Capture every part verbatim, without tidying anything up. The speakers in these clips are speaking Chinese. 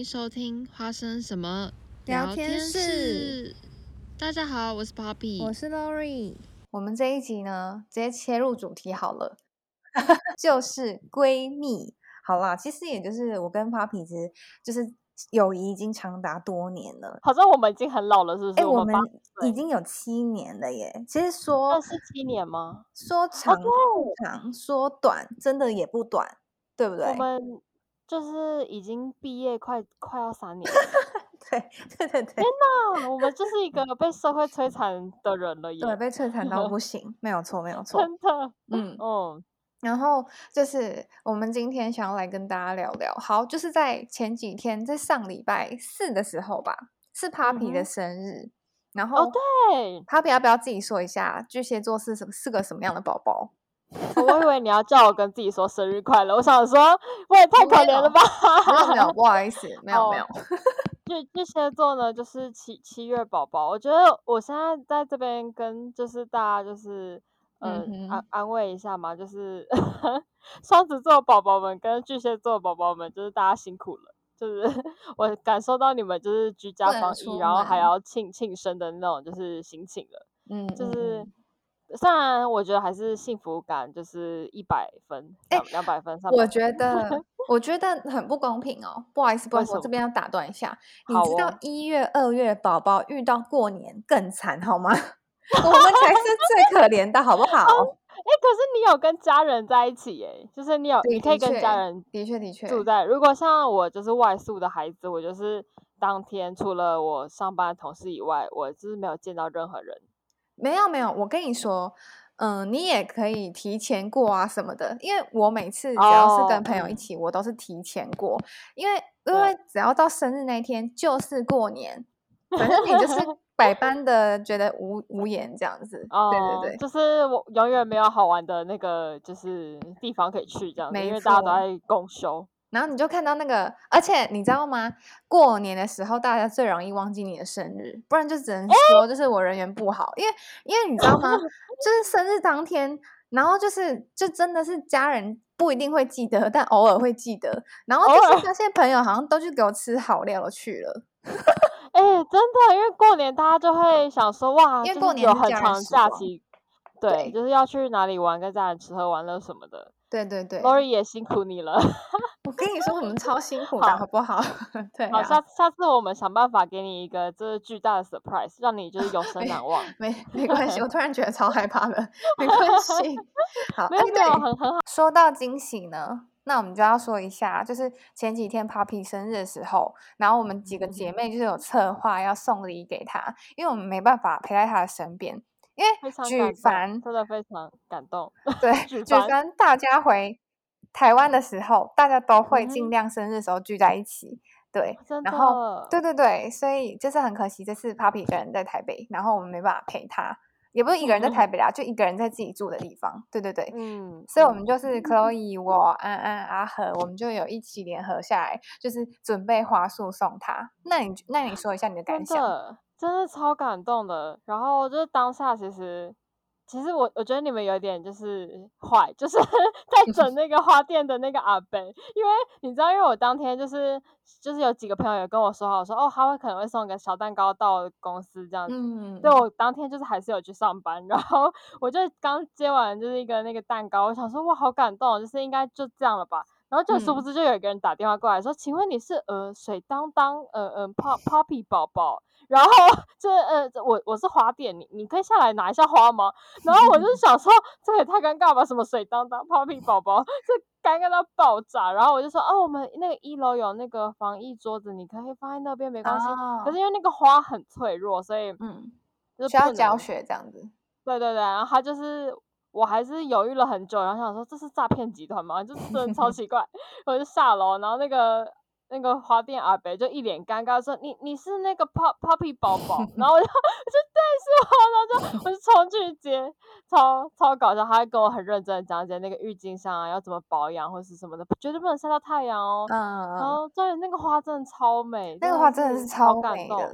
收听花生什么聊天室。 大家好，我是 Poppy， 我是 Lori。我们这一集呢，直接切入主题好了，就是闺蜜。好啦，其实也就是我跟 Poppy 其实就是友谊已经长达多年了。 好像我们已经很老了，是不是？ 哎、欸，我们已经有七年了耶。其实说是七年吗？ 说长不长，哦、说短真的也不短，对不对？ 我们就是已经毕业快快要三年了。 对对对对， 天哪，我们就是一个被社会摧残的人了耶。 对，被摧残到不行，没有错，没有错， 真的， 嗯嗯。 然后就是我们今天想要来跟大家聊聊，好，就是在前几天，在上礼拜四的时候吧，是 Poppy 的生日，嗯、然后哦对 ，Poppy 要不要自己说一下巨蟹座是什是个什么样的宝宝？ 我以为你要叫我跟自己说生日快乐，我想说我也太可怜了吧？ 没有没有，不好意思，没有没有。 巨巨蟹座呢，就是七七月宝宝。我觉得我现在在这边跟就是大家就是呃、嗯、安安慰一下嘛，就是双子座宝宝们跟巨蟹座宝宝们，就是大家辛苦了。就是我感受到你们就是居家防疫，然后还要庆庆生的那种就是心情了。嗯，就是虽然我觉得还是幸福感就是一百分，两两百分，三百分。 我觉得我觉得很不公平哦，不好意思，不好意思，我这边要打断一下。你知道一月、二月宝宝遇到过年更惨好吗？我们才是最可怜的，好不好？ 哎、欸，可是你有跟家人在一起耶，就是你有，你可以跟家人的确的确住在。如果像我就是外宿的孩子，我就是当天除了我上班的同事以外，我就是没有见到任何人。 没有没有，我跟你说，嗯、呃，你也可以提前过啊什么的，因为我每次只要是跟朋友一起，哦嗯、我都是提前过，因为因为只要到生日那天就是过年，反正你就是百般的觉得无无言这样子，哦、对对对， 就是我永远没有好玩的那个就是地方可以去这样子，因为大家都在公休。 然后你就看到那个，而且你知道吗？过年的时候，大家最容易忘记你的生日，不然就只能说就是我人缘不好。因为因为你知道吗？就是生日当天，然后就是就真的是家人不一定会记得，但偶尔会记得。然后就是那些朋友好像都去给我吃好料去了。 哎、欸，真的，因为过年大家就会想说哇， 因为过年就是有很长假期，对， 对， 就是要去哪里玩，跟家人吃喝玩乐什么的。 对对对 ，Lori 也辛苦你了。 我跟你说，我们超辛苦的，好, 好不好？对、啊， 好，下下次我们想办法给你一个就是巨大的 surprise， 让你就是永生难忘。 没没关系，我突然觉得超害怕的，没关系。好， 没有没有，很很好。 说到惊喜呢，那我们就要说一下，就是前几天 Poppy 生日的时候，然后我们几个姐妹就是有策划要送礼给她，因为我们没办法陪在她的身边。因为举凡真的非常感动， 对，举凡大家回台湾的时候，大家都会尽量生日的时候聚在一起，嗯、对，然后对对对，所以就是很可惜，这次 Poppy 一个人在台北，然后我们没办法陪她，也不是一个人在台北啦，就一个人在自己住的地方，对对对，嗯，所以我们就是 Chloe 我安安阿和，我们就有一起联合下来，就是准备花束送她。那你那你说一下你的感想？ 真的超感动的，然后就是当下其实，其实我我觉得你们有点就是坏，就是在整那个花店的那个阿伯，因为你知道，因为我当天就是就是有几个朋友也跟我说好说哦，他会可能会送个小蛋糕到公司这样子，嗯，所以我当天就是还是有去上班，然后我就刚接完就是一个那个蛋糕，我想说哇好感动，就是应该就这样了吧。然后就殊不知就有一个人打电话过来说，嗯、请问你是呃水当当呃呃 Poppy 宝宝，然后这呃我我是花店，你你可以下来拿一下花吗？然后我就想说这也太尴尬吧，什么水当当 Poppy 宝宝，这尴尬到爆炸。然后我就说哦，我们那个一楼有那个防疫桌子，你可以放在那边没关系。哦、可是因为那个花很脆弱，所以嗯，需要教学这样子。 对对对，然后他就是。我还是犹豫了很久，然后想说这是诈骗集团吗？就真的超奇怪。我就下楼，然后那个那个花店阿伯就一脸尴尬说：“你你是那个 Pop Poppy 宝宝？”然后我就我说：“对，是我。”然后就我就冲去接，超超搞笑。他还跟我很认真的讲解那个郁金香啊要怎么保养或是什么的，绝对不能晒到太阳哦。嗯，然后对，那个花真的超美， 那个花真的是超美的。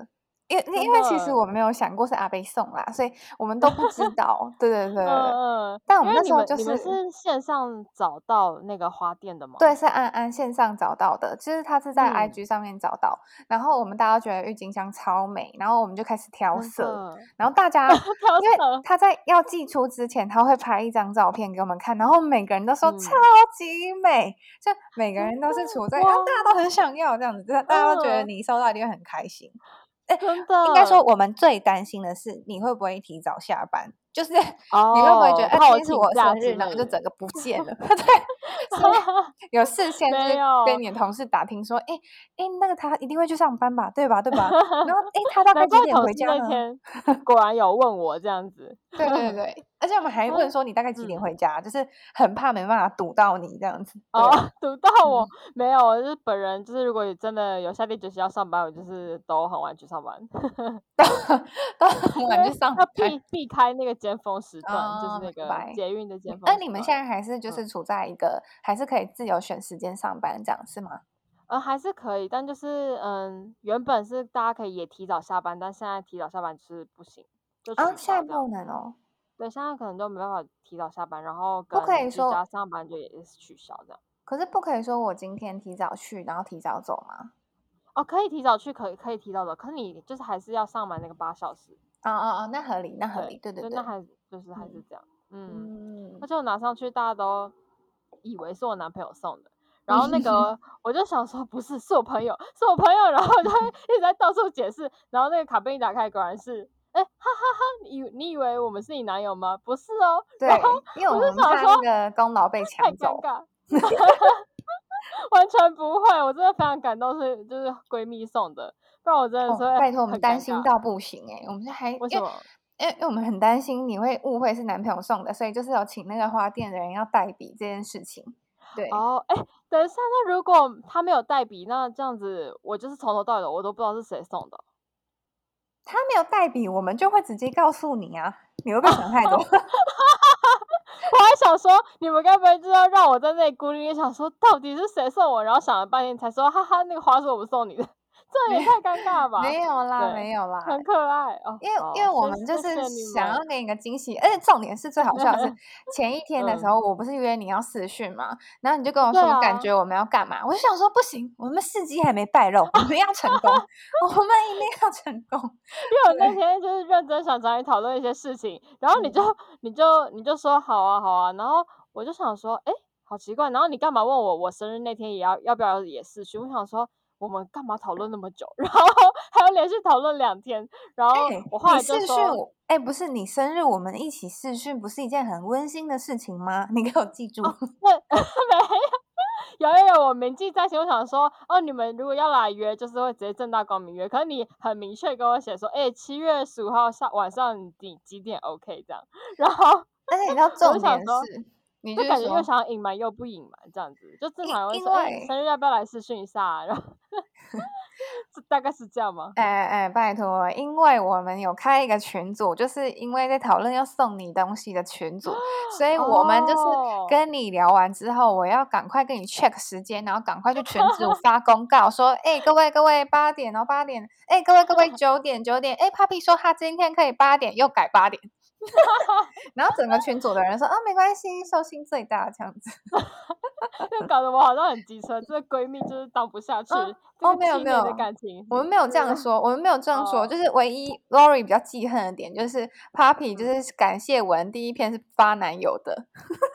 因为因为其实我没有想过是阿贝送啦，所以我们都不知道。对对对， 嗯嗯， 但我们那时候就是你们是线上找到那个花店的吗？ 对，是安安线上找到的，其实他是在 I G 上面找到，嗯、然后我们大家都觉得郁金香超美，然后我们就开始挑色，然后大家因为他在要寄出之前，他会拍一张照片给我们看，然后每个人都说、嗯、超级美，就每个人都是处在，然后大家都很想要这样子，大家都觉得你收到一定会很开心。哎， 真的， 应该说我们最担心的是你会不会提早下班，就是、哦、你会不会觉得哎，今天是我生日，然后就整个不见了？对，所以有事先去跟你的同事打听说，哎哎，那个他一定会去上班吧，对吧？对吧？然后哎，他大概几点回家呢？ 那天果然有问我这样子， 对对对，而且我们还问说你大概几点回家，嗯、就是很怕没办法堵到你这样子。 哦，堵到我、嗯、没有，我就是本人就是如果真的有下定决心要上班，我就是都很晚去上班， 都都很晚去上班， 要避避开那个尖峰时段，哦、就是那个捷运的尖峰时段。 那你们现在还是就是处在一个、嗯、还是可以自由选时间上班这样是吗？ 呃，还是可以，但就是嗯，原本是大家可以也提早下班，但现在提早下班就是不行，就啊，现在不能哦。 对，现在可能就没办法提早下班，然后跟居家上班就也是取消这样。 可是不可以说我今天提早去，然后提早走吗？ 哦，可以提早去，可以可以提早走，可是你就是还是要上满那个八小时。 哦哦哦，那合理，那合理，对对对, 对， 那还就是还是这样，嗯。嗯而且我拿上去，大家都以为是我男朋友送的。然后那个我就想说不是，是我朋友，是我朋友，然后就一直在到处解释，然后那个卡片一打开，果然是，哎，哈哈哈，你你以为我们是你男友吗？不是哦， 对， 然后因为我们怕那个功劳被抢走， 太尴尬，完全不会，我真的非常感动，是就是闺蜜送的，不然我真的是、 哦、拜托我们担心到不行哎、欸，我们还为什么？ 因为因为我们很担心你会误会是男朋友送的，所以就是有请那个花店的人要代笔这件事情。对哦，哎，等一下，那如果他没有代笔，那这样子我就是从头到尾我都不知道是谁送的。 他没有代笔，我们就会直接告诉你啊，你会不会想太多？ 我还想说，你们该不会就要让我在那里孤立，想说到底是谁送我，然后想了半天才说，哈哈，那个花是我们送你的。这也太尴尬了吧？ 没有啦，没有啦， 很可爱哦。 因为、哦、因为我们就是想要给你个惊喜，而且重点是最好笑的是前一天的时候，我不是约你要视讯嘛，然后你就跟我说、啊、感觉我们要干嘛，我就想说不行，我们事迹还没败露，我们要成功，我们一定要成功。 因为我那天就是认真想找你讨论一些事情，然后你就、嗯、你就你就说好啊好啊，然后我就想说，哎，好奇怪，然后你干嘛问我我生日那天也要要不要也视讯？我想说。我们干嘛讨论那么久？然后还要连续讨论两天，然后我后来就说：“ 哎、欸，不是你生日，我们一起视讯，不是一件很温馨的事情吗？你给我记住。 哦”对，没有，有有有，我铭记在心。我想说，哦，你们如果要来约，就是会直接正大光明约。可是你很明确跟我写说，哎、欸，七月十五号下晚上你几点 OK 这样？然后， 而且你知道重点是。你就感觉又想隐瞒又不隐瞒这样子，就正常会说，哎、欸，生日要不要来视讯一下、啊？然后大概是这样吗？ 哎哎、欸欸，拜托，因为我们有开一个群组，就是因为在讨论要送你东西的群组，所以我们就是跟你聊完之后，我要赶快跟你 check 时间，然后赶快去群组发公告说，哎、欸，各位各位八点，然后八点，哎、欸，各位各位九点九点，哎、欸、，Papi 说他今天可以八点，又改八点。然后整个群组的人说啊，没关系，寿星最大这样子， 就搞得我好像很机车，这闺蜜就是当不下去。 哦，哦没有没有的感情， 我们没有这样说，我们没有这样说，哦、就是唯一 Lori 比较记恨的点就是 Papi 就是感谢文第一篇是发男友的。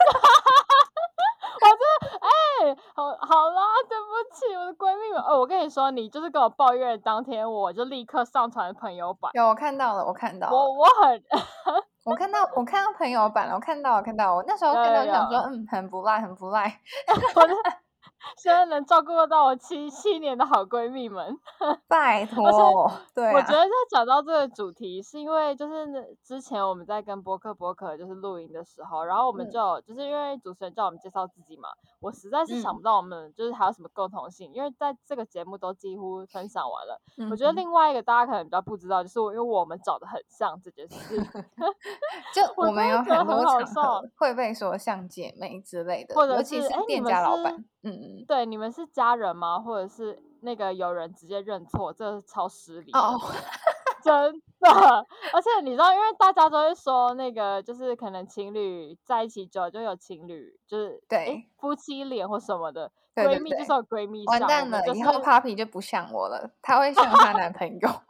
我真的哎、欸，好好啦，对不起，我的闺蜜们。哦，我跟你说，你就是跟我抱怨当天，我就立刻上传朋友版。 有，我看到了，我看到了。 我我很， 我看到我看到朋友版了，我看到我看到我那时候看到想说，嗯，很不赖，很不赖。 我现在能照顾到我七七年的好闺蜜们， 拜托。对、啊， 我觉得在讲到这个主题，是因为就是之前我们在跟播客播客就是录音的时候，然后我们就、嗯、就是因为主持人叫我们介绍自己嘛，我实在是想不到我们就是还有什么共同性，嗯、因为在这个节目都几乎分享完了。嗯、我觉得另外一个大家可能比较不知道，就是我因为我们长得很像这件事， 就我们有很多场合会被说像姐妹之类的， 或者是尤其是店家老板。嗯嗯， 对，你们是家人吗？或者是那个有人直接认错，这超失礼哦。 真的，而且你知道，因为大家都会说那个，就是可能情侣在一起久就有情侣，就是哎夫妻脸或什么的， 对对对闺蜜就是有闺蜜相， 完蛋了， 就是、 以后 Papi 就不像我了，她会像她男朋友。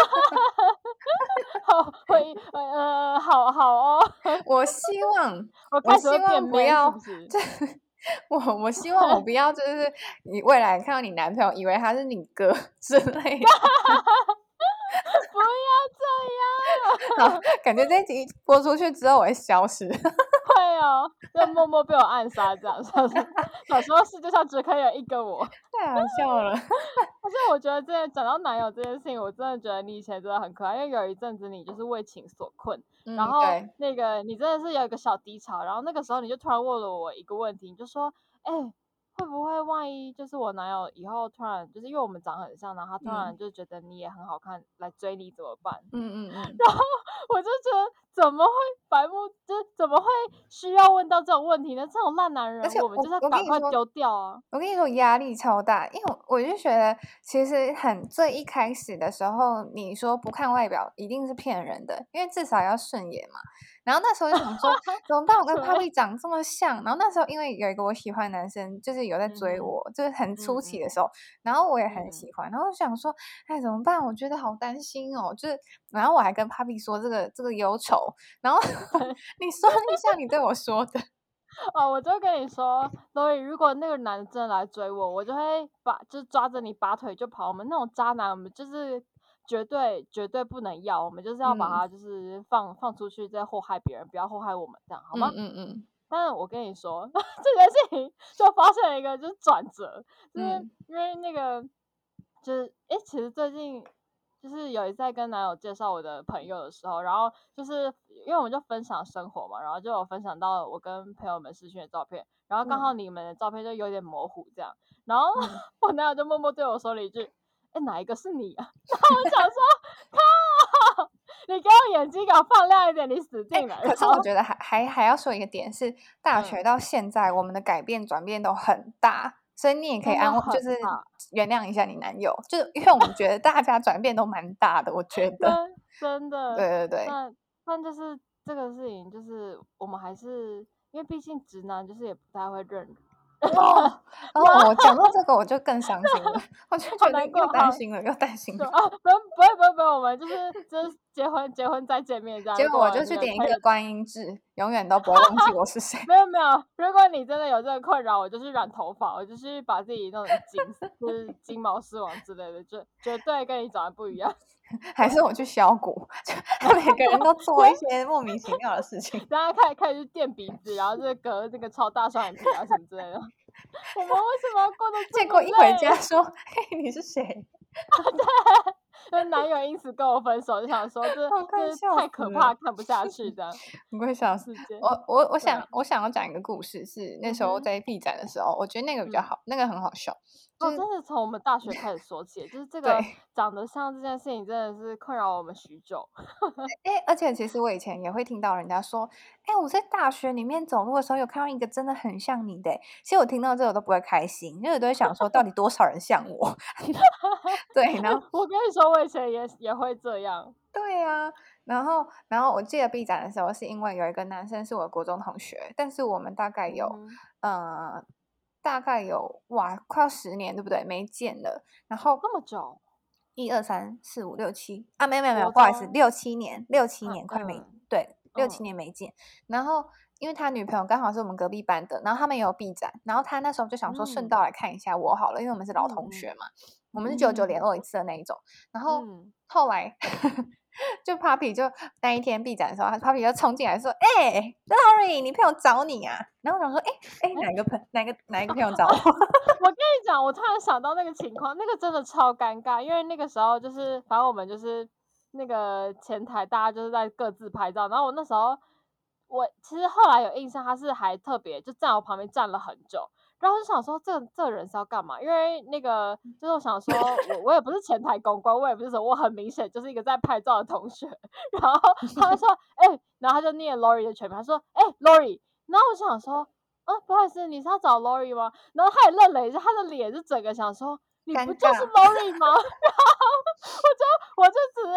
好会呃好好哦， 我希望我我希望不要， 是不是？ 我我希望我不要，就是你未来看到你男朋友，以为他是你哥之类的。 不要这样，好，感觉这一集播出去之后我会消失。 会哦，就默默被我暗杀这样，想说想说世界上只可以有一个我， 太好笑了。 而且我觉得这讲到男友这件事情，我真的觉得你以前真的很可爱，因为有一阵子你就是为情所困， 嗯、 然后那个你真的是有一个小低潮，然后那个时候你就突然问了我一个问题，你就说，哎、欸。会不会万一就是我男友以后突然就是因为我们长很像，然后他突然就觉得你也很好看，嗯、来追你怎么办？ 嗯嗯嗯。 然后我就觉得怎么会白目，就是怎么会需要问到这种问题呢？这种烂男人，我们就是要赶快丢掉啊！ 我跟你说，压力超大，因为我就觉得其实很最一开始的时候，你说不看外表一定是骗人的，因为至少要顺眼嘛。然后那时候就想说怎么办？我跟 Papi 长这么像。然后那时候因为有一个我喜欢的男生，就是有在追我，嗯、就是很初期的时候，嗯、然后我也很喜欢。嗯、然后我想说，哎，怎么办？我觉得好担心哦。就是，然后我还跟 Papi 说这个这个忧愁。然后你说一下你对我说的。 哦，我就跟你说，所以如果那个男生来追我，我就会把就抓着你拔腿就跑。我们那种渣男，我们就是绝对绝对不能要，我们就是要把他就是放、嗯、放出去，再祸害别人，不要祸害我们，这样好吗？ 嗯嗯嗯。 但是我跟你说，这件事情就发现了一个就是转折，就是因为那个、嗯、就是哎，其实最近。就是有一次在跟男友介绍我的朋友的时候，然后就是因为我们就分享生活嘛，然后就有分享到我跟朋友们视讯的照片，然后刚好你们的照片就有点模糊这样，然后、嗯、我男友就默默对我说了一句：“哎，哪一个是你啊？”然后我想说：“靠，你给我眼睛给我放亮一点，你死定了。欸” 可是我觉得还还还要说一个点是，大学到现在、嗯、我们的改变转变都很大。所以你也可以安慰，就是原谅一下你男友，就是因为我们觉得大家转变都蛮大的，我觉得真的， 对对对。 那但就是这个事情，就是我们还是因为毕竟直男就是也不太会认。 哦，然后我讲到这个我就更伤心了，我就觉得又担心了，又担心了。 啊，不不会不会不会，我们就是就是结婚结婚再见面这样。 结果我就去点一个观音痣，永远都不会忘记我是谁。 没有没有，如果你真的有这个困扰，我就去染头发，我就去把自己弄成金，就是金毛狮王之类的，就绝对跟你长得不一样。 还是我去削骨，每个人都做一些莫名其妙的事情。 大家开始开始去垫鼻子，然后就隔这个超大双眼皮啊什么之类的。我们为什么要过得这么累？ 结果一回家说：“嘿，你是谁？” 对，那男友因此跟我分手，就想说这这太可怕，看不下去这样。 你会笑死！我我我想我想要讲一个故事，是那时候在 B 展的时候，我觉得那个比较好，嗯、那个很好笑。 哦，真的从我们大学开始说起，就是这个长得像这件事情，真的是困扰我们许久。 哎、欸，而且其实我以前也会听到人家说，哎、欸，我在大学里面走路的时候有看到一个真的很像你的。其实我听到这个都不会开心，因为我都会想说，到底多少人像我？对，然后我跟你說，我以前也也會這樣。 對啊，然後然後我記得 B 展的時候，是因為有一個男生是我的國中同學，但是我們大概有，嗯、呃，大概有哇，快要十年，對不對？沒見了，然後那麼久， 一二三四五六七啊，沒有沒有沒有，不好意思，六七年，六七年快沒、嗯、對，六七年沒見，嗯、然後。因為他女朋友剛好是我們隔壁班的，然後他們也有 B 展，然後他那時候就想說順道來看一下我好了，嗯、因為我們是老同學嘛，嗯、我們是久久聯絡一次的那一種。然後、嗯、後來就 Papi 就那一天 B 展的時候，Papi 就衝進來說：“哎、欸、，Lori， 你朋友找你啊？”然後我想說：“哎、欸、哎、欸，哪個朋哪個哪一個朋友找我？” 我跟你講，我突然想到那個情況，那個真的超尷尬，因為那個時候就是反正我們就是那個前台大家就是在各自拍照，然後我那時候。我其實後來有印象，他是還特別就站我旁邊站了很久，然後我就想說這這人是要幹嘛？因為那個就是我想說我我也不是前台公關，我也不是什麼，我很明顯就是一個在拍照的同學，然後他就說哎、欸，然後他就念 Lori 的全名，他說哎、欸、Lori， 然後我就想說啊不好意思，你是要找 Lori 嗎？然後他也愣了一下，他的臉是整個想說你不就是 Lori 嗎？然後我就我就直接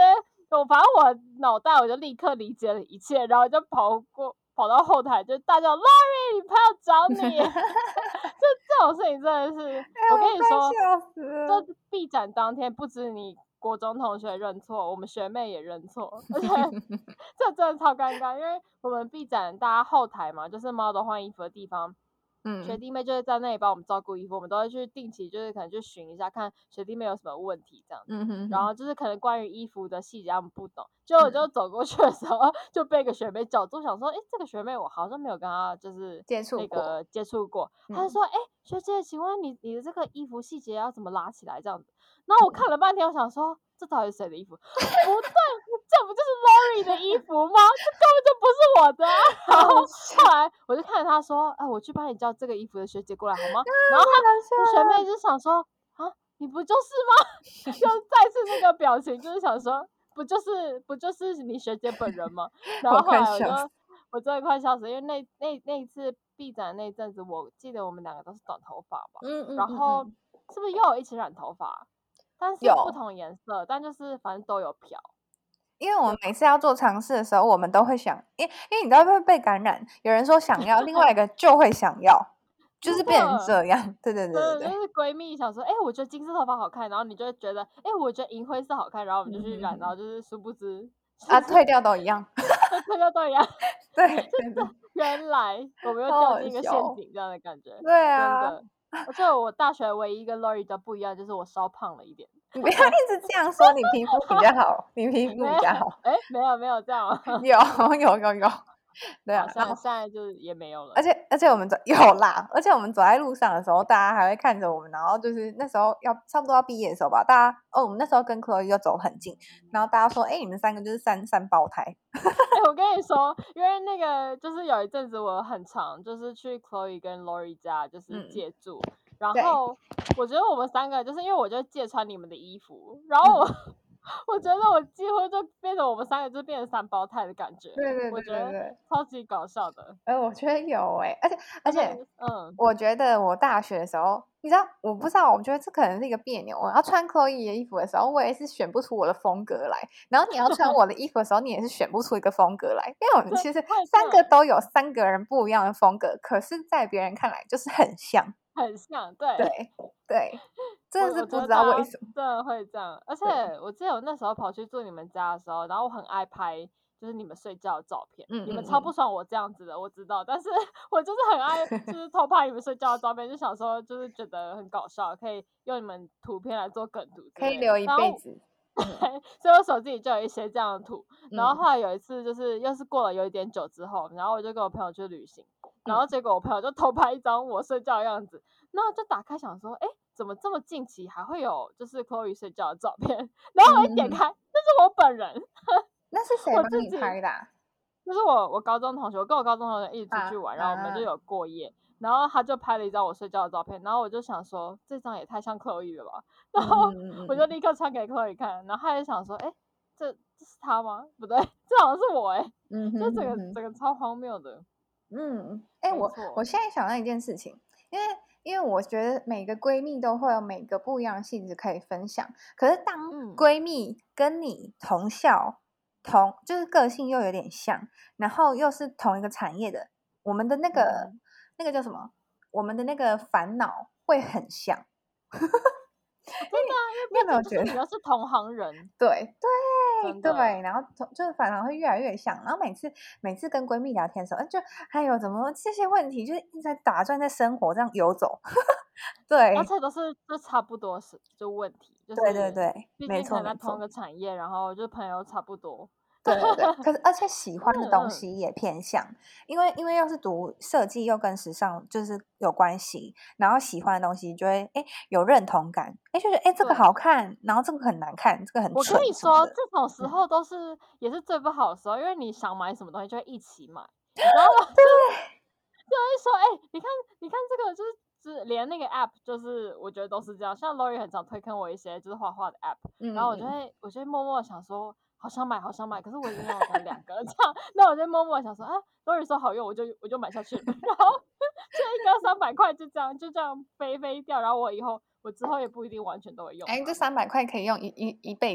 我反正我脑袋我就立刻理解了一切，然后就跑过跑到后台，就大叫 Lori 你朋友找你。就这种事情真的是， 哎、 我跟你说， 笑死了。 就闭展当天，不止你国中同学认错，我们学妹也认错，而且这真的超尴尬，因为我们闭展大家后台嘛，就是猫都换衣服的地方。 嗯， 学弟妹就会在那里帮我们照顾衣服，我们都会去定期就是可能去巡一下，看学弟妹有什么问题这样子。 嗯哼哼， 然后就是可能关于衣服的细节他们不懂，就我就走过去的时候、嗯、就被一个学妹叫住，想说，哎，这个学妹我好像没有跟她就是接触那个接触过， 嗯、 她就说，哎，学姐，请问你你的这个衣服细节要怎么拉起来这样子？然后我看了半天，我想说，这到底是谁的衣服？不对，这不就是 Lori 的衣服吗？这根本就不是我的、啊。然后后来我就看着他说，哎，我去帮你叫这个衣服的学姐过来好吗？然后他学妹就想说，啊，你不就是吗？就再次那个表情，就是想说，不就是不就是你学姐本人吗？然后后来我就我真的快笑死，因为那那那一次闭展那一阵子，我记得我们两个都是短头发吧， 嗯嗯， 然后是不是又有一起染头发？但是不同颜色，但就是反正都有漂。 因为我们每次要做尝试的时候，我们都会想，因为因为你知道会被感染，有人说想要，另外一个就会想要，就是变成这样。对对对对对， 就是闺蜜想说，哎、欸，我觉得金色头发好看，然后你就会觉得，哎、欸，我觉得银灰色好看，然后我们就去染，嗯、然后就是殊不知啊，退掉都一样， 退掉都一样。 对， 就是原来我们又掉进一个陷阱这样的感觉。 对啊， 真的。而且我大学唯一跟 Lori 的不一样，就是我稍胖了一点。 你不要一直这样说，你皮肤比较好，你皮肤比较好。 哎、欸，没有没有这样、啊。 有有有有。对啊， 然后现在就是也没有了。 而且而且我们走有啦，而且我们走在路上的时候，大家还会看着我们，然后就是那时候要差不多要毕业的时候吧，大家哦，我们那时候跟 Chloe 又走很近，然后大家说，哎、欸，你们三个就是三三胞胎。 哎、欸，我跟你说，因为那个就是有一阵子我很常就是去 Chloe 跟 Lori 家就是借住，嗯、然后我觉得我们三个就是因为我就借穿你们的衣服，然后我。嗯我觉得我几乎就变成我们三个就变成三胞胎的感觉， 对对对对对， 我觉得超级搞笑的。 哎、呃，我觉得有哎、欸，而且而且， 嗯， 我觉得我大学的时候，你知道，我不知道，我觉得这可能是一个别扭。我要穿 Chloe 的衣服的时候，我也是选不出我的风格来；然后你要穿我的衣服的时候，你也是选不出一个风格来。因为我们其实三个都有三个人不一样的风格，可是在别人看来就是很像。 很像，对对对，真的是不知道为什么， 真的会这样。而且我记得我那时候跑去住你们家的时候，然后我很爱拍，就是你们睡觉的照片。嗯，你们超不爽我这样子的，我知道，但是我就是很爱，就是偷拍你们睡觉的照片，就想说，就是觉得很搞笑，可以用你们图片来做梗图， 可以留一辈子。 对，所以我手机里就有一些这样的图。然后后来有一次，就是又是过了有一点久之后，然后我就跟我朋友去旅行。然后结果我朋友就偷拍一张我睡觉的样子，然后就打开想说，哎，怎么这么近期还会有就是 Chloe 睡觉的照片？然后我一点开，嗯、那是我本人。 那是谁帮你拍的、啊？ 就是我我高中同学，我跟我高中同学一起出去玩，啊、然后我们就有过夜，啊、然后他就拍了一张我睡觉的照片，然后我就想说这张也太像 Chloe 了吧，然后我就立刻传给 Chloe 看，然后他也想说，哎，这这是他吗？不对，这好像是我哎、欸，嗯、就整个整个超荒谬的。 嗯，哎、欸，我我现在想到一件事情，因为因为我觉得每个闺蜜都会有每个不一样的性质可以分享，可是当闺蜜跟你同校、嗯、同就是个性又有点像，然后又是同一个产业的，我们的那个、嗯、那个叫什么？我们的那个烦恼会很像。 真的啊，因为有没有觉得你们是同行人？ 对对对，然后就是反而会越来越像，然后每次每次跟闺蜜聊天的时候，就还有怎么这些问题，就是一直在打转在生活这样游走。对， 而且都是就差不多是就问题，就是对对对，没错没错，同一个产业，然后就朋友差不多。 对对对，可是而且喜欢的东西也偏向，嗯、因为因为又是读设计，又跟时尚就是有关系，然后喜欢的东西就会哎有认同感，哎就是哎这个好看，然后这个很难看，这个很蠢。 我跟你说，这种时候都是、嗯、也是最不好的时候，因为你想买什么东西就会一起买，你知道吗？ 对， 就会说哎，你看你看这个就是。就是连那个 app， 就是我觉得都是这样。像 Lori 很常推荐我一些就是画画的 app，、嗯、然后我就会我就会默默想说，好想买，好想买，可是我一定要买两个这样。那我就默默想说，啊 ，Lori 说好用，我就我就买下去。然后就一个三百块就这样就这样飞飞掉，然后我以后我之后也不一定完全都会用。 哎，这三百块可以用一一一辈子。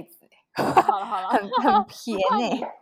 好了好了， 很很便宜、欸。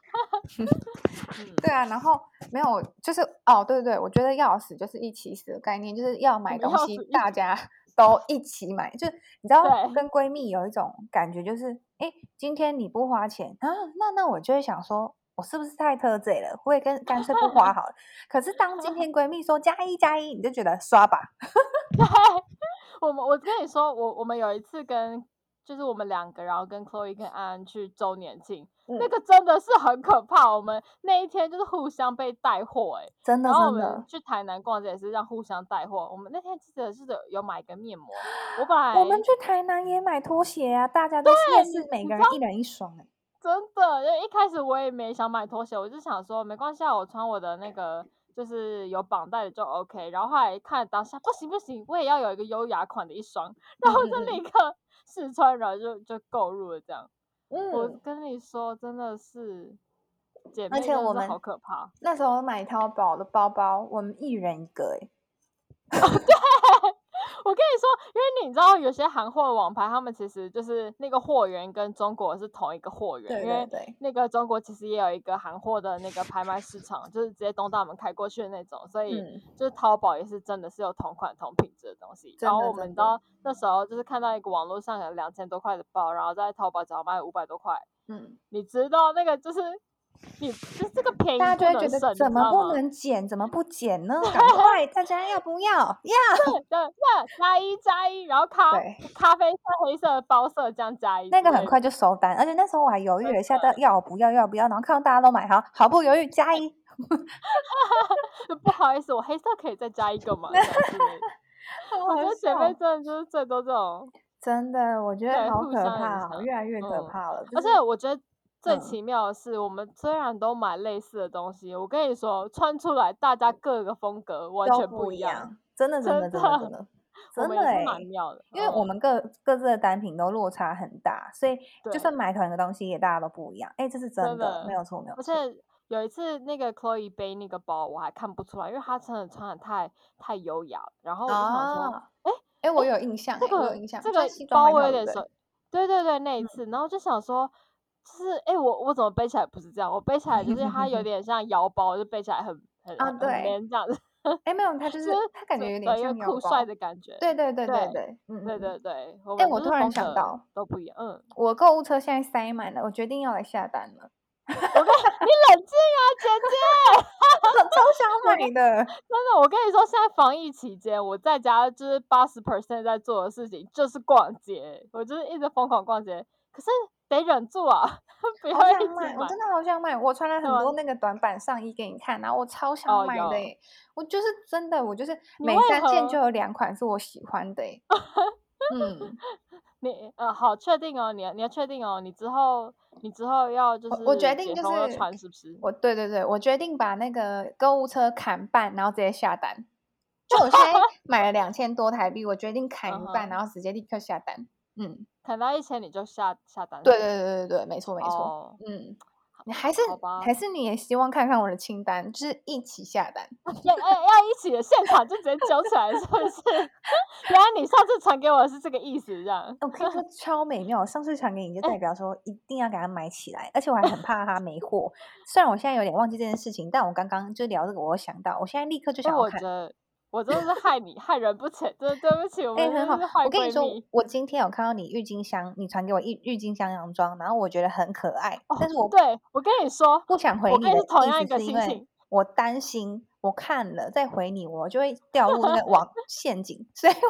对啊，然后没有，就是哦，对对，我觉得钥匙就是一起死的概念，就是要买东西，大家都一起买。就你知道，跟闺蜜有一种感觉，就是哎，今天你不花钱啊，那那我就会想说，我是不是太特罪了？会不会跟干脆不花好了？可是当今天闺蜜说加一加一，你就觉得刷吧。 对，我们我跟你说，我我们有一次跟。就是我们两个，然后跟 Chloe 跟安安去周年庆、嗯，那个真的是很可怕。我们那一天就是互相被带货、欸，哎， 真的， 然后我们去台南逛街也是让互相带货。我们那天记得是有买个面膜，我本来我们去台南也买拖鞋啊，大家都也是每个人一人一双、欸，哎， 真的，因为一开始我也没想买拖鞋，我就想说没关系，我穿我的那个。就是有绑带的就 OK， 然后后来看当下不行不行，我也要有一个优雅款的一双，然后就立刻试穿，然后就就购入了这样。嗯，我跟你说，真的是姐妹， 而且我们好可怕。 那时候买淘宝的包包，我们一人一个、欸，哎、 哦，对。我跟你说，因为你知道有些韩货网牌，他们其实就是那个货源跟中国是同一个货源， 对对对， 因为那个中国其实也有一个韩货的那个拍卖市场，就是直接东大门开过去的那种，所以就是淘宝也是真的是有同款同品质的东西。然后我们到那时候就是看到一个网络上有两千多块的包，然后在淘宝只要卖五百多块，嗯，你知道那个就是。你就这个便宜， 大家就会觉得怎么不能减，怎么不减呢？赶快，大家要不要？要， 对对，那加一加一，然后咖咖啡色、黑色、包色这样加一， 那个很快就收单，而且那时候我还犹豫了一下，到要不要要不要，然后看到大家都买，好毫不犹豫加一。 不好意思，我黑色可以再加一个吗？我觉得姐妹真的就是最多这种， 真的，我觉得好可怕，越来越可怕了。 而且我觉得。最奇妙的是，我们虽然都买类似的东西，我跟你说，穿出来大家各个风格完全不一样， 真的真的真的真的， 真的哎，蛮妙的。 因为我们各各自的单品都落差很大，所以就算买同一个东西，也大家都不一样。哎，这是真的，没有错没有错。 而且有一次那个 Chloe 背那个包，我还看不出来，因为她真的穿的太太优雅了。然后我就想说，哎哎，我有印象， 这个我有印象， 这个包我有点熟。对对对，那一次，然后就想说。就是哎、欸，我我怎么背起来不是这样？我背起来就是它有点像腰包，就背起来很很啊，对， 很 man 这样子。 哎，没有，它就是它感觉有点像酷帅的感觉。 对对对对对， 嗯，对对对。 哎，我突然想到， 都不一样。嗯， 我购物车现在塞满了，我决定要来下单了。 我跟你冷静啊，姐姐， 超想买的。 真的，我跟你说，现在防疫期间，我在家就是八十 percent 在做的事情就是逛街，我就是一直疯狂逛街，可是。得忍住啊！不要好想买，我真的好想买。我穿了很多那个短版上衣给你看，然后我超想买的、欸哦、我就是真的，我就是每三件就有两款是我喜欢的、欸。嗯， 你呃好确定哦，你你要确定哦，你之后你之后要就是我决定就是穿是不是？ 我对对对，我决定把那个购物车砍半，然后直接下单。就我现在买了两千多台币，我决定砍一半，然后直接立刻下单。嗯。 砍到一千你就下下单。 对对对对对，没错没错。哦、嗯，你还是还是你也希望看看我的清单，就是一起下单。 要要要一起的，现场就直接揪起来，是不是？原来你上次传给我的是这个意思，这样。 我跟你说超美妙，上次传给你就代表说一定要给他买起来，而且我还很怕他没货。虽然我现在有点忘记这件事情，但我刚刚就聊这个，我想到，我现在立刻就想要看。 我真的是害你害人不浅，真的对不起，我们真的是坏闺蜜。 我跟你说，我今天有看到你郁金香，你传给我郁郁金香洋装，然后我觉得很可爱， 哦、 但是我对我跟你说不想回你的意思是因为我担心我看了再回你，我就会掉入那个网陷阱，所以我就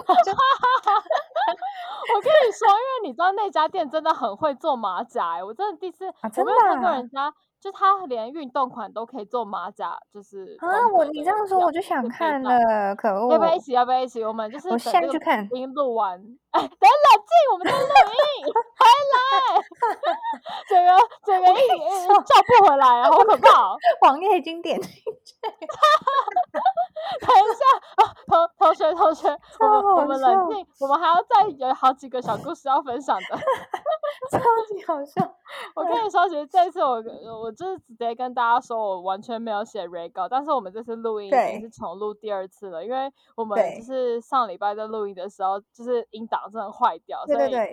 我跟你说，因为你知道那家店真的很会做马甲，我真的第一次、 啊、真的、 我没有看过人家。就他连运动款都可以做马甲，就是啊！我你这样说我就想看了，可恶！ 要不要一起？要不要一起？我们就是我现在去看。 已经录完，哎，等冷静，我们在录音，回来，整个整个一叫不回来，好可怕！ 网页已经点进去。 等一下啊，同同学同学，我们我们冷静，我们还要再有好几个小故事要分享的。 超级好笑！ 我跟你说，其实这次我我就是直接跟大家说，我完全没有写 re 稿，但是我们这次录音已经是重录第二次了，因为我们就是上礼拜在录音的时候，就是音档真的坏掉， 对对对，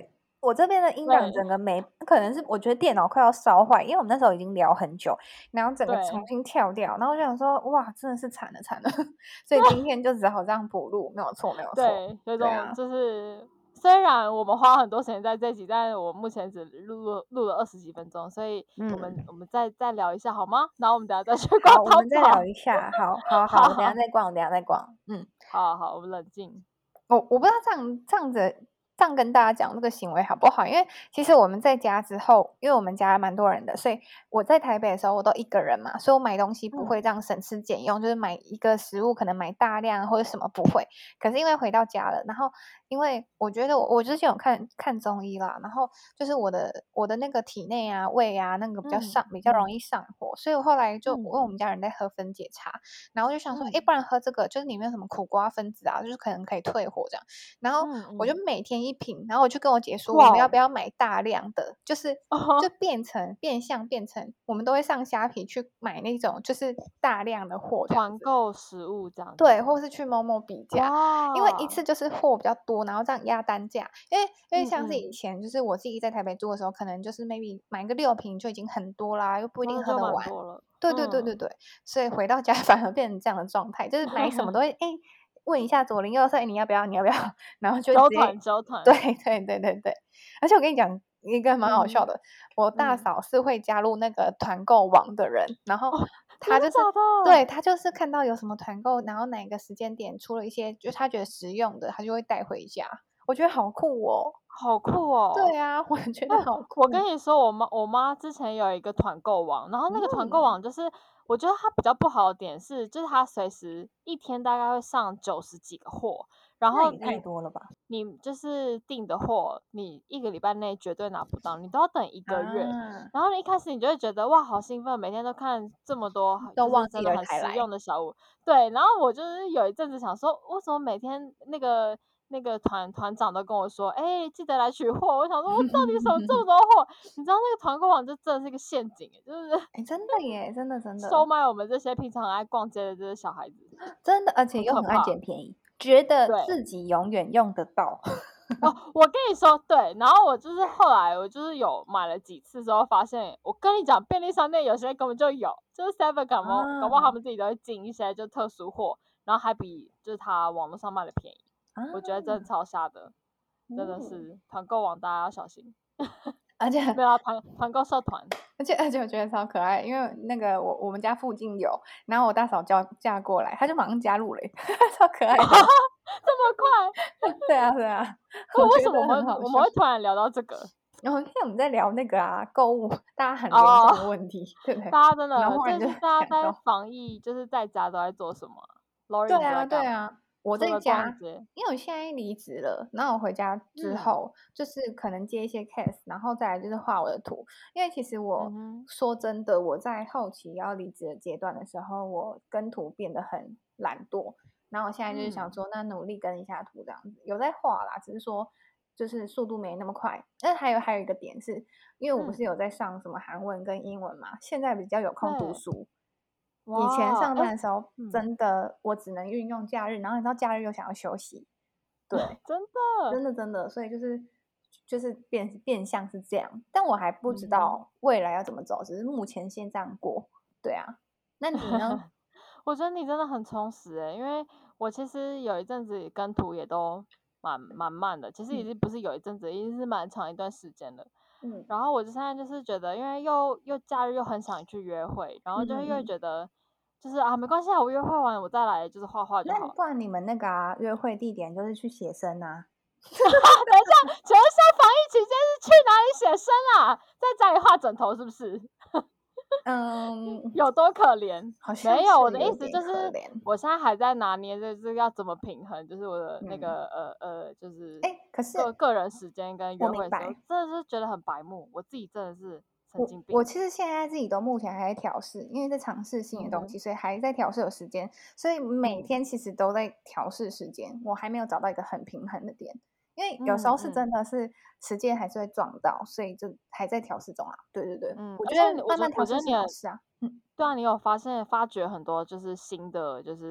我这边的音档整个没，可能是我觉得电脑快要烧坏，因为我们那时候已经聊很久，然后整个重新跳掉，然后我就想说，哇，真的是惨了惨了，所以今天就只好这样补录，没有错没有错。 对，有种就是、啊、虽然我们花很多时间在这集，但是我目前只录录了二十几分钟，所以我们、嗯、我们再再聊一下好吗？然后我们等下再去逛淘宝。 好，我们再聊一下，好好好，我等下再逛，我等下再逛，嗯， 好好，我们冷静。 我我不知道这样这样子。这样跟大家讲这个行为好不好？因为其实我们在家之后，因为我们家蛮多人的，所以我在台北的时候我都一个人嘛，所以我买东西不会这样省吃俭用，嗯、就是买一个食物可能买大量或者什么不会。可是因为回到家了，然后因为我觉得我我之前有看看中医啦，然后就是我的我的那个体内啊胃啊那个比较上、嗯、比较容易上火，所以我后来就问我们家人在喝分解茶，然后就想说，哎、嗯，不然喝这个就是里面有什么苦瓜分子啊，就是可能可以退火这样。然后我就每天一瓶，然后我就跟我姐说，我们要不要买大量的，就是就变成变相变成我们都会上虾皮去买那种就是大量的货， 团购食物这样子， 对，或是去某某比价，因为一次就是货比较多，然后这样压单价，因为因为像是以前就是我自己在台北住的时候，可能就是 maybe 买个六瓶就已经很多啦，又不一定喝得完，对对对对对，所以回到家反而变成这样的状态，就是买什么都会哎。问一下左邻右舍，你要不要？你要不要？然后就揪团揪团， 对对对对对。而且我跟你讲一个蛮好笑的，嗯、我大嫂是会加入那个团购网的人，嗯、然后他就是、哦、对他就是看到有什么团购，然后哪个时间点出了一些，就他觉得实用的，他就会带回家。我觉得好酷哦， 好酷哦！ 对啊，我觉得好酷。 我跟你说，我妈我妈之前有一个团购网，然后那个团购网就是。嗯我觉得它比较不好的点是，就是它随时一天大概会上九十几个货，然后你太多了吧？ 你就是订的货，你一个礼拜内绝对拿不到，你都要等一个月。啊、然后你一开始你就会觉得哇，好兴奋，每天都看这么多， 都忘记了很实用的小物。对，然后我就是有一阵子想说，为什么每天那个。那个团团长都跟我说，哎、欸，记得来取货。我想说，我到底什么这么多货？你知道那个团购网就真的是一个陷阱，就是， 哎、欸，真的耶，真的真的收买我们这些平常爱逛街的这些小孩子， 真的，而且又很爱捡便宜，觉得自己永远用得到。 哦，我跟你说，对，然后我就是后来我就是有买了几次之后，发现我跟你讲，便利商店有些根本就有，就是 Seven 搞不好、啊、搞不好他们自己都会进一些就特殊货，然后还比就是他网络上卖的便宜。啊、我觉得真的超瞎的，真的是团购网大家要小心， 而且没有团团购社团， 而且而且我觉得超可爱，因为那个我我们家附近有，然后我大嫂叫嫁过来，她就马上加入了，超可爱的， 这么快？ 对啊对啊， 为什么我们我们会突然聊到这个？ 然后因为我们在聊那个啊购物，大家很严重的问题，哦、对不对？ 大家真的，就是大家在防疫，就是在家都在做什么？ 对啊对啊。我在家，因为我现在离职了，然后我回家之后，嗯、就是可能接一些 case， 然后再来就是画我的图。因为其实我、嗯、说真的，我在后期要离职的阶段的时候，我跟图变得很懒惰。然后我现在就是想说，嗯、那努力跟一下图这样子，有在画啦，只是说就是速度没那么快。但还有还有一个点是，因为我不是有在上什么韩文跟英文嘛，嗯、现在比较有空读书。以前上班的时候，真的我只能运用假日，然后你知道假日又想要休息，对， 真的， 真的真的，所以就是就是变变相是这样，但我还不知道未来要怎么走，只是目前先这样过，对啊。那你呢？ 我觉得你真的很充实哎，因为我其实有一阵子跟图也都蛮蛮慢的，其实已经不是有一阵子，已经是蛮长一段时间了。嗯，然后我现在就是觉得，因为又又假日又很想去约会，然后就会又觉得，就是啊没关系啊，我约会完我再来就是画画就好。 那不然你们那个啊约会地点就是去写生啊？ 等一下，请问现在防疫期间是去哪里写生啊？在家里画枕头是不是？ 嗯， 有多可怜？没有，我的意思就是，我现在还在拿捏，就是要怎么平衡，就是我的那个、嗯、呃呃，就是哎，可是个个人时间跟约会的时候，真的是觉得很白目。我自己真的是神经病。 我, 我其实现在自己都目前还在调试，因为在尝试新的东西，嗯、所以还在调试有时间，所以每天其实都在调试时间，我还没有找到一个很平衡的点。因为有时候是真的是时间还是会撞到，嗯、所以就还在调试中啊。对对对，嗯、我觉得慢慢调试是好事啊。 嗯，对啊，你有发现发掘很多就是新的就是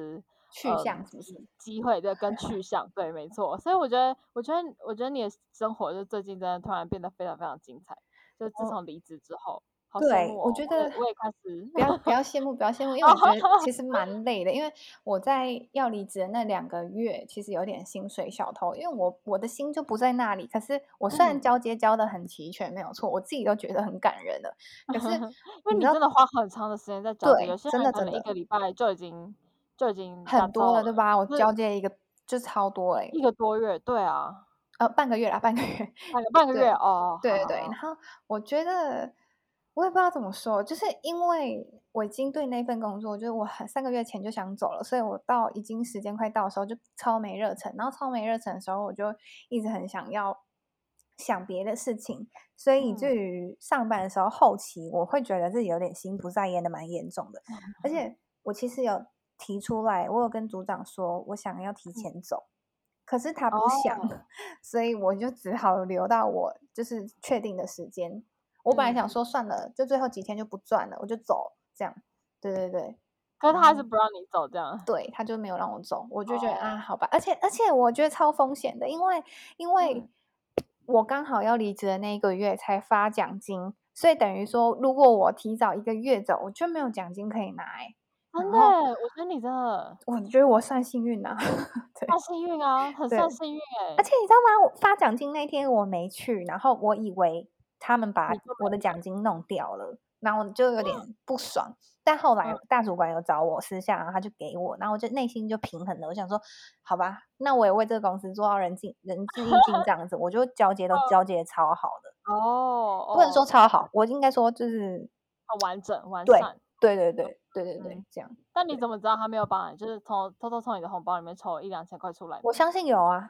去向是不是？ 机会的跟去向，对，没错。所以我觉得，我觉得，我觉得你的生活就最近真的突然变得非常非常精彩，就自从离职之后。好羡慕对， 哦！ 我觉得我也开始不要不要羡慕，不要羡慕，因为我觉得其实蛮累的。因为我在要离职的那两个月，其实有点薪水小偷，因为我我的心就不在那里。可是我虽然交接交的很齐全，没有错，我自己都觉得很感人了。可是因为你真的花很长的时间在交接，有些人可能一个礼拜就已经就已经很多了，对吧？我交接一个就超多哎、欸， 一个多月，对啊， 呃，半个月啦，半个月， 半个半个月哦， 对对对。然后我觉得。我也不知道怎么说，就是因为我已经对那份工作，就是我很三个月前就想走了，所以我到已经时间快到的时候就超没热忱，然后超没热忱的时候，我就一直很想要想别的事情，所以以至于上班的时候后期，我会觉得自己有点心不在焉的蛮严重的，而且我其实有提出来，我有跟组长说我想要提前走。可是他不想， 哦、 所以我就只好留到我就是确定的时间。我本来想说算了，就最后几天就不赚了，我就走，这样。对对对。 可是他还是不让你走，这样。 对，他就没有让我走，我就觉得、哦、啊，好吧。而且而且我觉得超风险的，因为因为我刚好要离职的那一个月才发奖金，所以等于说，如果我提早一个月走，我就没有奖金可以拿、欸。 真的，我觉得你真的， 我觉得我算幸运啊， 算幸运啊，很算幸运哎、欸。 而且你知道吗？我发奖金那天我没去，然后我以为他们把我的奖金弄掉了，然后我就有点不爽。但后来大主管有找我私下，然后他就给我，然后我就内心就平衡了。我想说，好吧，那我也为这个公司做到人尽仁至义尽这样子，我就交接都交接超好的哦， 不能说超好，我应该说就是很完整完善。 对对对对对对对，这样。 但你怎么知道他没有帮你？就是从偷偷从你的红包里面抽一两千块出来？ 我相信有啊。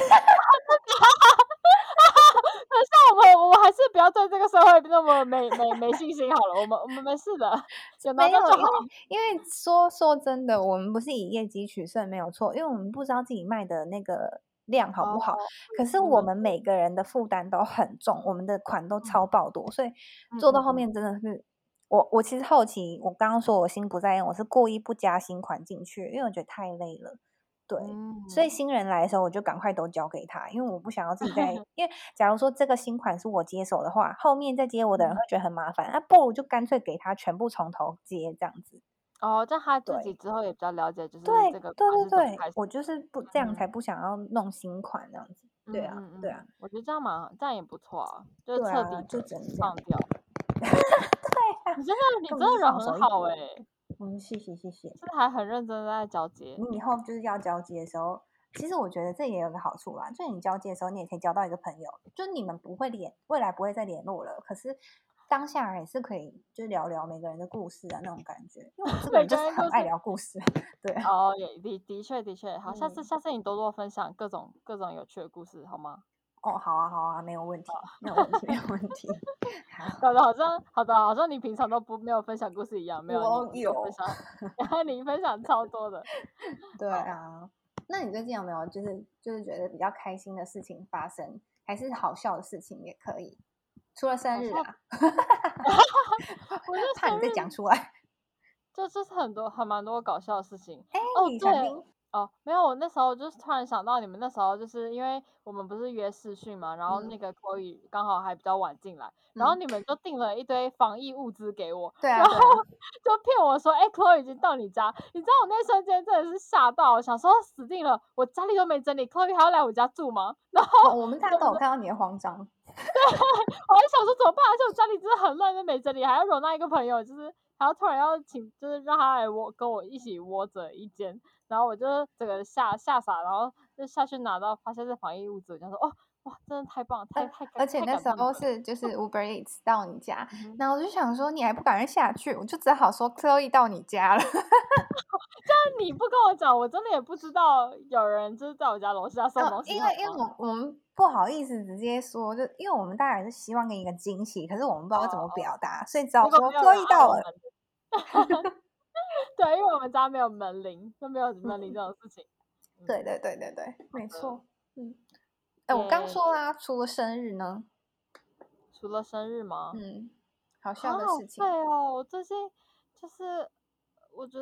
可是我们，我们还是不要对这个社会那么没没没信心好了。我们我们没事的，有拿到就好。 因为说说真的，我们不是以业绩取胜，没有错，因为我们不知道自己卖的那个量好不好。哦、可是我们每个人的负担都很重，我们的款都超爆多，所以做到后面真的是。我我其实后期我刚刚说我心不在焉，我是故意不加新款进去，因为我觉得太累了。对，嗯、所以新人来的时候我就赶快都交给他，因为我不想要自己在。因为假如说这个新款是我接手的话，后面再接我的人会觉得很麻烦，那、嗯啊、不如就干脆给他全部从头接这样子。 哦，这样他自己之后也比较了解，就是这个对对对对，我就是不这样才不想要弄新款这样子。嗯、对啊，嗯嗯对啊， 我觉得这样蛮这样也不错啊，就是彻底就整放掉。 对啊， 你真的你真的人很好哎、欸。 嗯，谢谢谢谢。 是还很认真在交接。 你以后就是要交接的时候，其实我觉得这也有个好处啦，就是你交接的时候，你也可以交到一个朋友，就是你们不会联，未来不会再联络了，可是当下也是可以，就聊聊每个人的故事啊那种感觉。因为我这个人就是很爱聊故事，对。 哦，也的的确的确，好，下次下次你多多分享各种各种有趣的故事，好吗？ 哦，好啊，好啊，没有问题，没有问题，没有问题。 搞得好像好的，好像你平常都不没有分享故事一样，没有， 我有分享，然后你分享超多的。 对啊，那你最近有没有就是就是觉得比较开心的事情发生，还是好笑的事情也可以？除了生日啊， 我就怕你再讲出来。 就就是很多还蛮多搞笑的事情。 哎、 哦， 对。 哦，没有，我那时候就是突然想到，你们那时候就是因为我们不是约视讯嘛，然后那个 Chloe 刚好还比较晚进来，嗯、然后你们就订了一堆防疫物资给我， 对啊， 然后就骗我说，哎、欸、，Chloe 已经到你家，你知道我那瞬间真的是吓到，想说死定了，我家里都没整理 ，Chloe 还要来我家住吗？然后、 哦、我们大家都有看到你的慌张， 对，我还想说怎么办，而且我家里真的很乱，都没整理，还要容纳一个朋友，就是还要突然要请，就是让他来窝跟我一起窝着一间。然后我就整个吓吓傻，然后就下去拿到，发现是防疫物资，我就说哦哇，真的太棒，太太而且那时候是就是 Uber Eats 到你家，然后我就想说你还不赶快下去，我就只好说特意到你家了。 这样你不跟我讲，我真的也不知道有人就是在我家楼下送东西。 嗯、因为因为我我们不好意思直接说，就因为我们当然是希望给你一个惊喜，可是我们不知道怎么表达，哦、所以只好说特意到了。 对，因为我们家没有门铃，就没有门铃这种事情。 嗯、对对对对对，没错。嗯，哎，我刚说啦，除了生日呢？ 除了生日吗？ 嗯，好笑的事情。 对哦，我最近就是我觉得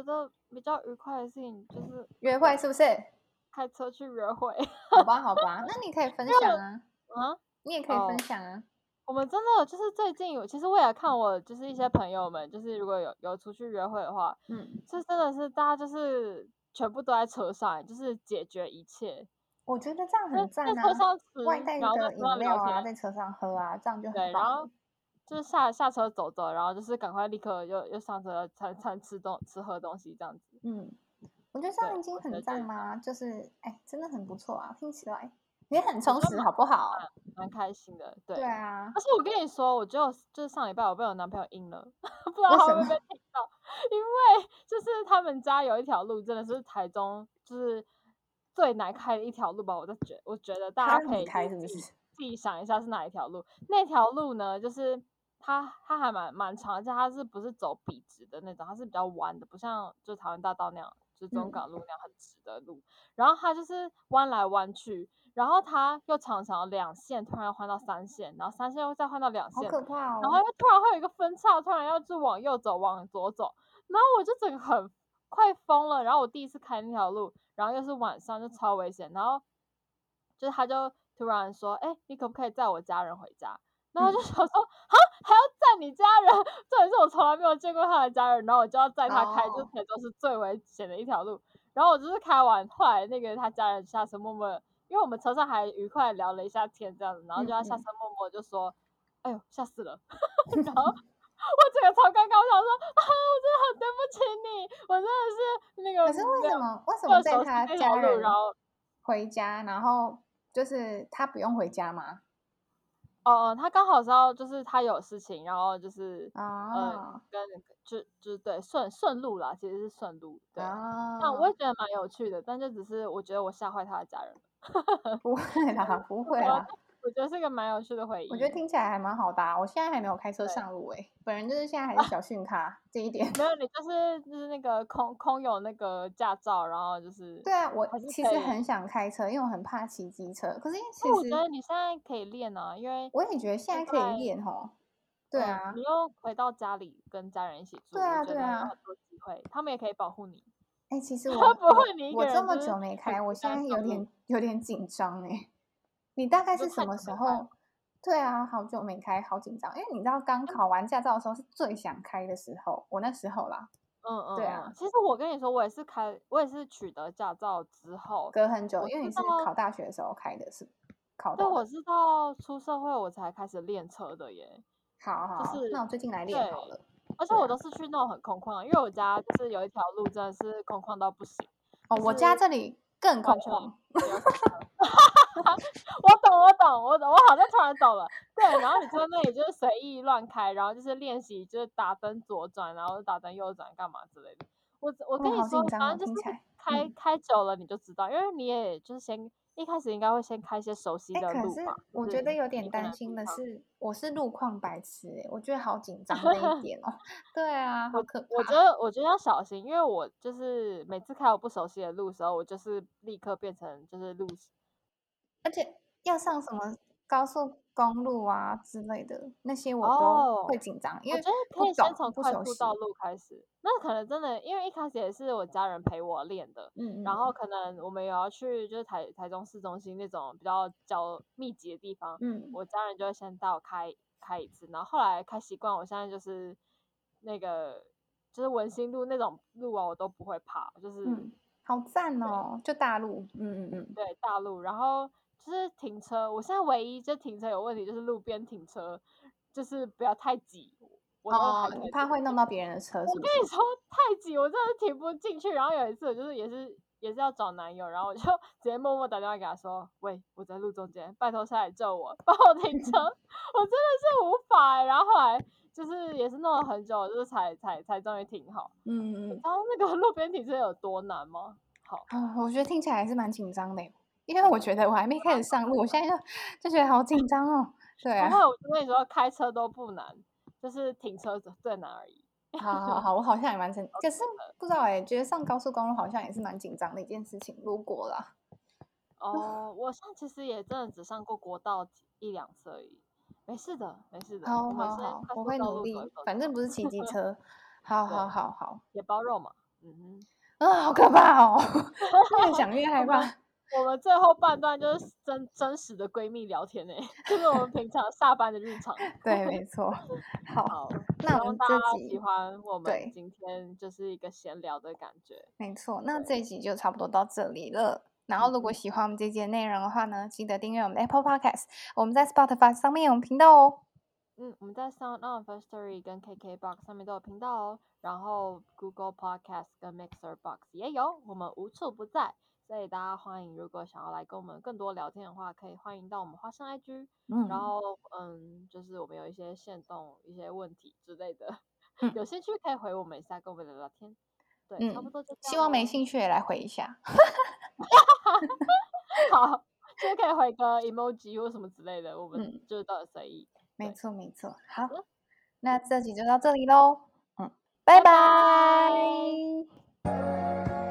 比较愉快的事情就是约会，是不是？ 开车去约会。 好吧，好吧，那你可以分享啊， 啊， 你也可以分享啊。 我们真的就是最近有，其实我也看我就是一些朋友们，就是如果有有出去约会的话， 嗯， 这真的是大家就是全部都在车上，就是解决一切。 我觉得这样很赞在车啊， 上吃， 外带然后在的车上聊饮料啊， 天， 在车上喝啊，这样就很对，然后棒了。 就是下下车走走，然后就是赶快立刻又又上车餐餐吃东吃喝东西这样子。 嗯，我觉得这样对， 已经很我觉得就是赞啦，就是哎，真的很不错啊，听起来也很我充实， 觉得蛮好不好？ 蛮蛮开心的，对。 对啊， 而且我跟你说，我就就是上礼拜我被我男朋友阴了，不知道为什么？ 他会不会被听到，因为就是他们家有一条路真的是台中就是最难开的一条路吧，我就觉我觉得大他家可以就让你开是自己是不是？ 自己想一下是哪一条路。那条路呢，就是它它还蛮蛮长，而且它是不是走笔直的那种，它是比较弯的，不像就是台湾大道那样，就是中嗯， 港路那样很直的路。然后它就是弯来弯去，然后它又常常两线突然要换到三线，然后三线又再换到两线， 好可怕然后哦。 又突然会有一个分叉，突然要就往右走，往左走，然后我就整个很快疯了。然后我第一次开那条路，然后又是晚上，就超危险。然后就是他就突然说：“哎、你可不可以载我家人回家？”然后我就嗯， 想说：“啊，还要载你家人？这也是我从来没有见过他的家人。”然后我就要载他开，就是哦， 台中是最危险的一条路。然后我就是开完，后来那个他家人下车默默地，因为我们车上还愉快地聊了一下天这样子，然后就他下车嗯嗯， 默默地就说：“哎呦，吓死了。”然后我整个超尴尬，我想说啊，我真的很对不起你，我真的是那个可是为没有什么为什么不熟悉在他这条路，然家人后回家，然后就是他不用回家吗？ 哦，他刚好是要就是他有事情，然后就是呃啊跟就就是对顺顺路啦，其实是顺路，对。但我也啊， 觉得蛮有趣的，但就只是我觉得我吓坏他的家人了。 不会啦，不会我啦。 我觉得是个蛮有趣的回我觉得忆。 听起来还蛮好的啊，我现在还没有开车对， 上路诶，本人就是现在还是小训咖这一点。 没有你就是就是那个空空有那个驾照，然后就是对啊，我还是其可以。 实很想开车，因为我很怕骑机车。可是因为那其实我觉得你现在可以练啊，因为我也觉得现现在可以在练吼。对嗯，你啊， 又回到家里跟家人一起住，我对啊， 觉得有对啊。 很多机会，他们也可以保护你。 哎，其实他我我不会你一个我这么人就是久没开，我很孤单现在有上路。 点有点紧张哎。你大概你就太久是什么时没开了。 候？对啊，好久没开，好紧张。因为你知道，刚考完驾照的时候是最想开的时候，我那时候啦。 嗯嗯嗯， 对啊， 其实我跟你说，我也是开，我也是取得驾照之后， 隔很久， 我是因为你是到， 考大学的时候开的，是考对， 到的。 我是到出社会我才开始练车的耶。就好好，那是我最近来练好对， 了。 而且对啊， 我都是去那种很空旷，因为我家就是有一条路真的是空旷到不行， 哦，我家就是这里更空完全旷。 没有什么车。我懂，我懂，我懂，我好像突然懂了。对，然后你就在那里就是随意乱开，然后就是练习，就是打灯左转，然后打灯右转，干嘛之类的。我我哦， 跟你说， 好紧张哦， 反正就是听起来。 开嗯， 开久了你就知道，因为你也就是先一开始应该会先开一些熟悉哎， 的路吧， 可是就是我觉得有一个人点担心的地方。 的是，我是路况白痴哎，我觉得好紧张这一点哦。对啊，好我可我觉怕。 得我觉得要小心，因为我就是每次开我不熟悉的路的时候，我就是立刻变成就是路。 而且要上什么高速公路啊之类的，那些我都哦， 会紧张，因为我觉得不可以先从懂不快速道熟悉。 路开始。那可能真的，因为一开始也是我家人陪我练的，然后嗯嗯可能我们也要去就是台台中市中心那种比较较密集的地方， 嗯， 我家人就会先带我开开一次，然后后来开习惯，我现在就是那个就是文心路那种路啊，我都不会怕，就是嗯，好赞对。 哦！就大陆，嗯嗯嗯。 对，大陆，然后就是停车，我现在唯一就停车有问题，就是路边停车，就是不要太挤，我都还哦， 可以你怕会弄到别人的车我是不是？ 跟你说太挤，我真的是停不进去。然后有一次，我就是也是也是要找男友，然后我就直接默默打电话给他说：“喂，我在路中间，拜托下来救我，帮我停车。”我真的是无法欸。然后后来就是也是弄了很久，就是才才才终于停好。 嗯嗯嗯。 你知道那个路边停车有多难吗？好。 啊，我觉得听起来还是蛮紧张的耶，因为我觉得我还没开始上路，我现在就就觉得好紧张哦。对不会， 啊， 我跟你说，开车都不难，就是停车最难而已。 好好好，我好像也蛮紧，可是 OK 的。 不知道哎，觉得上高速公路好像也是蛮紧张的一件事情。如果啦， 哦，我现在其实也真的只上过国道一两次而已，没事的，没事的， 好我们先好好，我会快速道路走一努力， 走就好， 反正不是骑机车。好好对， 好好， 也包肉嘛，嗯哼。 啊，好可怕哦！越想越害怕。 我们最后半段就是真真实的闺蜜聊天呢，就是我们平常下班的日常。 对，没错。好， 好， 那我们希望大家这集喜欢我们对今天就是一个闲聊的感觉。 没错，那这一集就差不多到这里了。然后，如果喜欢我们这集的内容的话呢，记得订阅我们的 Apple Podcast，我们在 Spotify 上面有频道哦。 嗯，我们在 SoundOn、Firstory 跟 K K Box 上面都有频道哦，然后 Google Podcast 跟 Mixer Box 也有，我们无处不在，所以大家欢迎，如果想要来跟我们更多聊天的话，可以欢迎到我们花生 I G， 嗯， 然后嗯，就是我们有一些限动、一些问题之类的， 嗯、 有兴趣可以回我们一下，跟我们聊聊天。对， 嗯， 差不多就这样。 希望没兴趣也来回一下。 好，就可以回个 emoji 或什么之类的，我们就都很随意。 没错，没错。好，那这集就到这里喽。嗯，拜拜拜。 拜。